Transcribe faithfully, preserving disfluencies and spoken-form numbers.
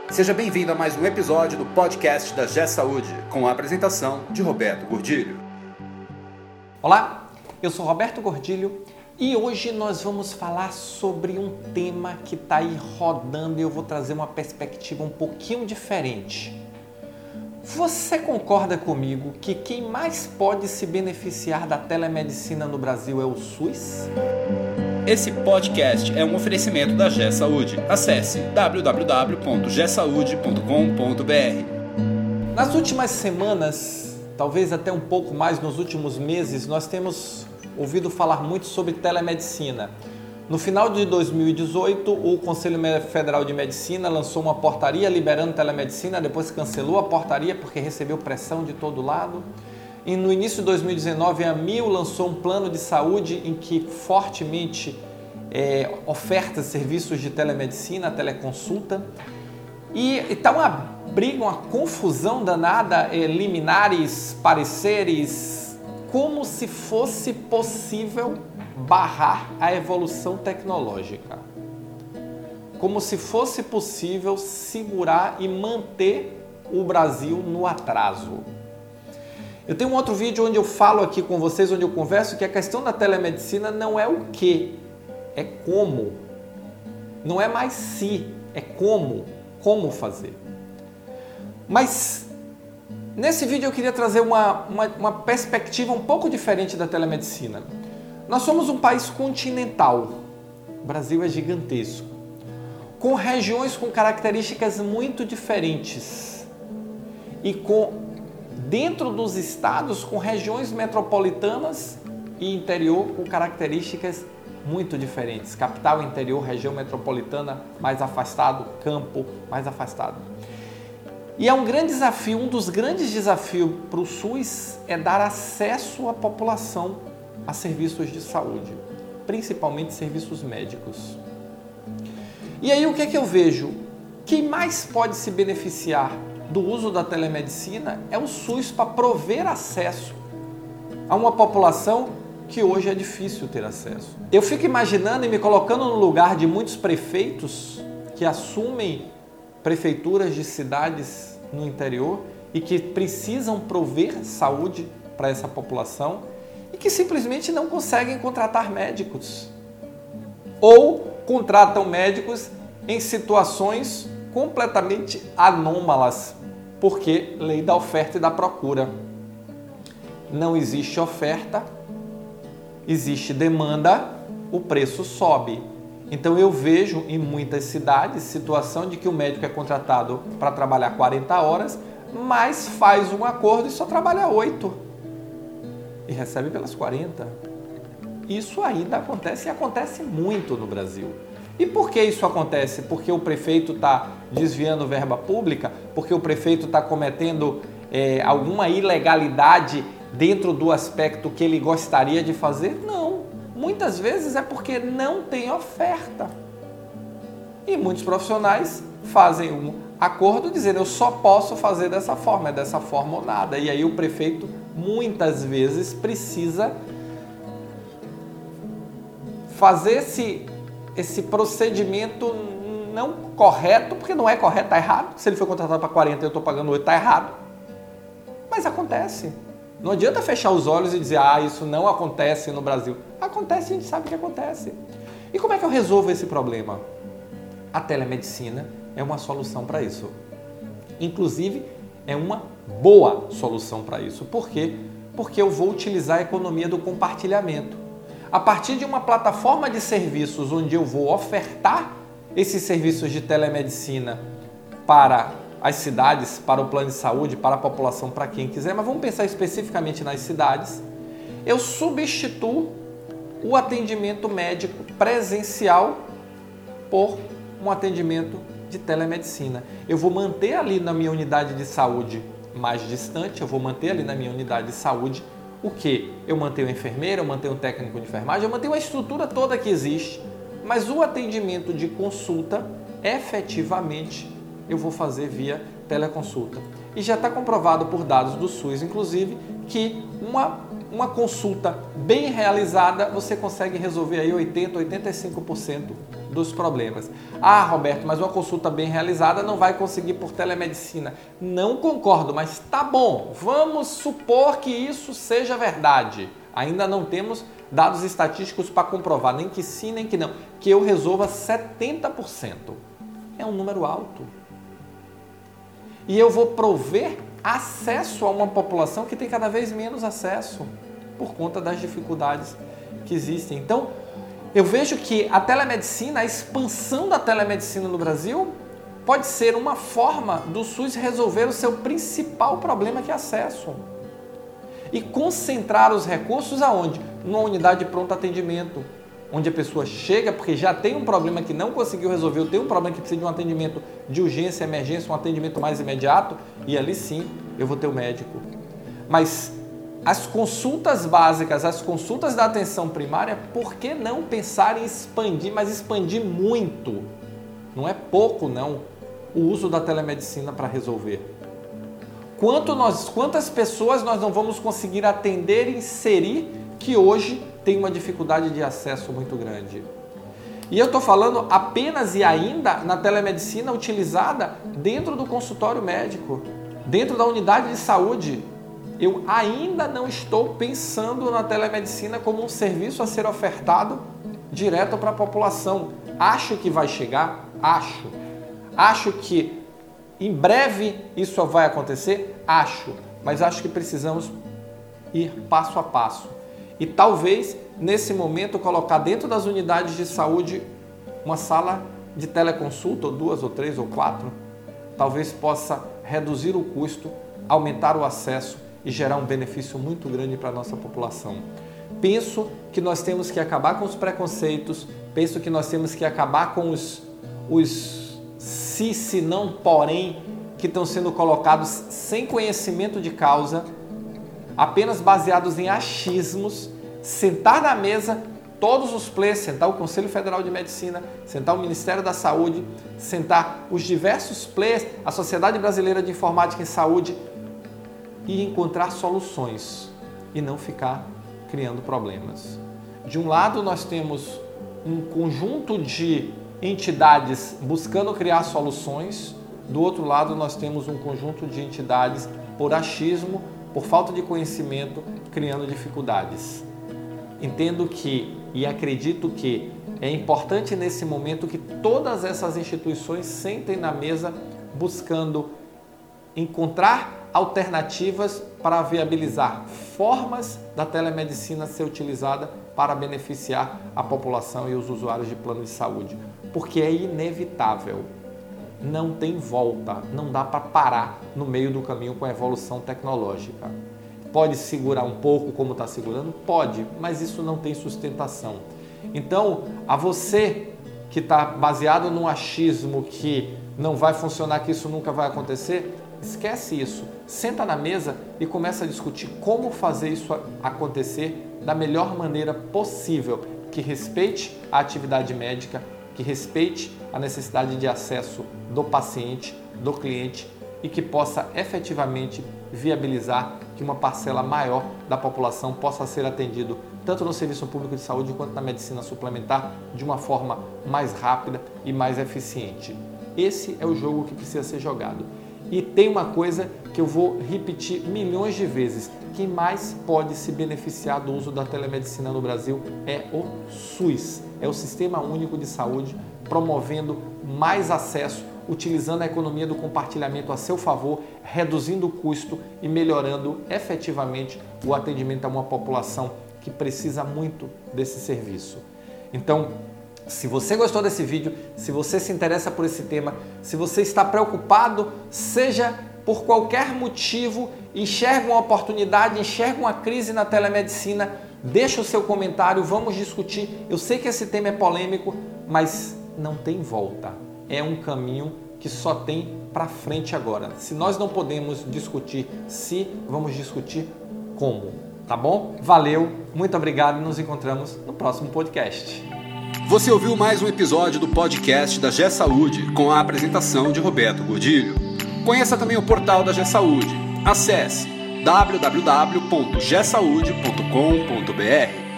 Seja bem-vindo a mais um episódio do podcast da G E Saúde, com a apresentação de Roberto Gordilho. Olá, eu sou Roberto Gordilho e hoje nós vamos falar sobre um tema que está aí rodando e eu vou trazer uma perspectiva um pouquinho diferente. Você concorda comigo que quem mais pode se beneficiar da telemedicina no Brasil é o SUS? Esse podcast é um oferecimento da G E Saúde. Acesse w w w ponto g saúde ponto com ponto b r. Nas últimas semanas, talvez até um pouco mais nos últimos meses, nós temos ouvido falar muito sobre telemedicina. No final de dois mil e dezoito, o Conselho Federal de Medicina lançou uma portaria liberando telemedicina, depois cancelou a portaria porque recebeu pressão de todo lado. E no início de dois mil e dezenove, a AMIL lançou um plano de saúde em que fortemente é, oferta serviços de telemedicina, teleconsulta. E está uma briga, uma confusão danada, é, liminares, pareceres, como se fosse possível barrar a evolução tecnológica. Como se fosse possível segurar e manter o Brasil no atraso. Eu tenho um outro vídeo onde eu falo aqui com vocês, onde eu converso que a questão da telemedicina não é o que, é como. Não é mais se, é como, como fazer. Mas nesse vídeo eu queria trazer uma, uma, uma perspectiva um pouco diferente da telemedicina. Nós somos um país continental, o Brasil é gigantesco, com regiões com características muito diferentes e com dentro dos estados com regiões metropolitanas e interior com características muito diferentes. Capital, interior, região metropolitana mais afastado, campo mais afastado. E é um grande desafio, um dos grandes desafios para o SUS é dar acesso à população a serviços de saúde, principalmente serviços médicos. E aí o que é que eu vejo? Quem mais pode se beneficiar do uso da telemedicina é o SUS para prover acesso a uma população que hoje é difícil ter acesso. Eu fico imaginando e me colocando no lugar de muitos prefeitos que assumem prefeituras de cidades no interior e que precisam prover saúde para essa população e que simplesmente não conseguem contratar médicos ou contratam médicos em situações completamente anômalas, porque lei da oferta e da procura. Não existe oferta, existe demanda, o preço sobe. Então eu vejo em muitas cidades situação de que o médico é contratado para trabalhar quarenta horas, mas faz um acordo e só trabalha oito e recebe pelas quarenta. Isso ainda acontece e acontece muito no Brasil. E por que isso acontece? Porque o prefeito está desviando verba pública? Porque o prefeito está cometendo é, alguma ilegalidade dentro do aspecto que ele gostaria de fazer? Não. Muitas vezes é porque não tem oferta. E muitos profissionais fazem um acordo dizendo eu só posso fazer dessa forma, é dessa forma ou nada. E aí o prefeito muitas vezes precisa fazer esse... esse procedimento não correto, porque não é correto, está errado. Se ele foi contratado para quarenta e eu estou pagando oito, está errado. Mas acontece. Não adianta fechar os olhos e dizer, ah, isso não acontece no Brasil. Acontece, a gente sabe que acontece. E como é que eu resolvo esse problema? A telemedicina é uma solução para isso. Inclusive, é uma boa solução para isso. Por quê? Porque eu vou utilizar a economia do compartilhamento. A partir de uma plataforma de serviços onde eu vou ofertar esses serviços de telemedicina para as cidades, para o plano de saúde, para a população, para quem quiser, mas vamos pensar especificamente nas cidades, eu substituo o atendimento médico presencial por um atendimento de telemedicina. Eu vou manter ali na minha unidade de saúde mais distante, eu vou manter ali na minha unidade de saúde o que? Eu mantenho a enfermeira, eu mantenho o técnico de enfermagem, eu mantenho a estrutura toda que existe, mas o atendimento de consulta, efetivamente, eu vou fazer via teleconsulta. E já está comprovado por dados do SUS, inclusive, que uma, uma consulta bem realizada, você consegue resolver aí oitenta, oitenta e cinco por cento dos problemas. Ah, Roberto, mas uma consulta bem realizada não vai conseguir por telemedicina. Não concordo, mas tá bom, vamos supor que isso seja verdade. Ainda não temos dados estatísticos para comprovar, nem que sim, nem que não, que eu resolva setenta por cento. É um número alto. E eu vou prover acesso a uma população que tem cada vez menos acesso por conta das dificuldades que existem. Então, eu vejo que a telemedicina, a expansão da telemedicina no Brasil, pode ser uma forma do SUS resolver o seu principal problema, que é acesso. E concentrar os recursos aonde? Numa unidade de pronto atendimento, onde a pessoa chega porque já tem um problema que não conseguiu resolver, ou tem um problema que precisa de um atendimento de urgência, emergência, um atendimento mais imediato, e ali sim eu vou ter o médico. Mas as consultas básicas, as consultas da atenção primária, por que não pensar em expandir, mas expandir muito? Não é pouco não, o uso da telemedicina para resolver. Quanto nós, quantas pessoas nós não vamos conseguir atender e inserir que hoje tem uma dificuldade de acesso muito grande? E eu estou falando apenas e ainda na telemedicina utilizada dentro do consultório médico, dentro da unidade de saúde. Eu ainda não estou pensando na telemedicina como um serviço a ser ofertado direto para a população. Acho que vai chegar? Acho. Acho que em breve isso vai acontecer? Acho. Mas acho que precisamos ir passo a passo. E talvez, nesse momento, colocar dentro das unidades de saúde uma sala de teleconsulta, ou duas, ou três, ou quatro, talvez possa reduzir o custo, aumentar o acesso e gerar um benefício muito grande para a nossa população. Penso que nós temos que acabar com os preconceitos, penso que nós temos que acabar com os, os se, se não, porém, que estão sendo colocados sem conhecimento de causa, apenas baseados em achismos, sentar na mesa todos os players, sentar o Conselho Federal de Medicina, sentar o Ministério da Saúde, sentar os diversos players, a Sociedade Brasileira de Informática em Saúde, e encontrar soluções e não ficar criando problemas. De um lado, nós temos um conjunto de entidades buscando criar soluções, do outro lado, nós temos um conjunto de entidades por achismo, por falta de conhecimento, criando dificuldades. Entendo que e acredito que é importante nesse momento que todas essas instituições sentem na mesa buscando encontrar alternativas para viabilizar formas da telemedicina ser utilizada para beneficiar a população e os usuários de plano de saúde, porque é inevitável, não tem volta, não dá para parar no meio do caminho com a evolução tecnológica. Pode segurar um pouco como está segurando? Pode, mas isso não tem sustentação. Então, a você que está baseado num achismo que não vai funcionar, que isso nunca vai acontecer, esquece isso, senta na mesa e começa a discutir como fazer isso acontecer da melhor maneira possível, que respeite a atividade médica, que respeite a necessidade de acesso do paciente, do cliente e que possa efetivamente viabilizar que uma parcela maior da população possa ser atendido tanto no serviço público de saúde quanto na medicina suplementar de uma forma mais rápida e mais eficiente. Esse é o jogo que precisa ser jogado. E tem uma coisa que eu vou repetir milhões de vezes: quem mais pode se beneficiar do uso da telemedicina no Brasil é o SUS, é o Sistema Único de Saúde, promovendo mais acesso, utilizando a economia do compartilhamento a seu favor, reduzindo o custo e melhorando efetivamente o atendimento a uma população que precisa muito desse serviço. Então, se você gostou desse vídeo, se você se interessa por esse tema, se você está preocupado, seja por qualquer motivo, enxerga uma oportunidade, enxerga uma crise na telemedicina, deixa o seu comentário, vamos discutir. Eu sei que esse tema é polêmico, mas não tem volta. É um caminho que só tem para frente agora. Se nós não podemos discutir se, vamos discutir como, tá bom? Valeu, muito obrigado e nos encontramos no próximo podcast. Você ouviu mais um episódio do podcast da G Saúde com a apresentação de Roberto Gordilho. Conheça também o portal da G Saúde. Acesse w w w ponto g saúde ponto com ponto b r.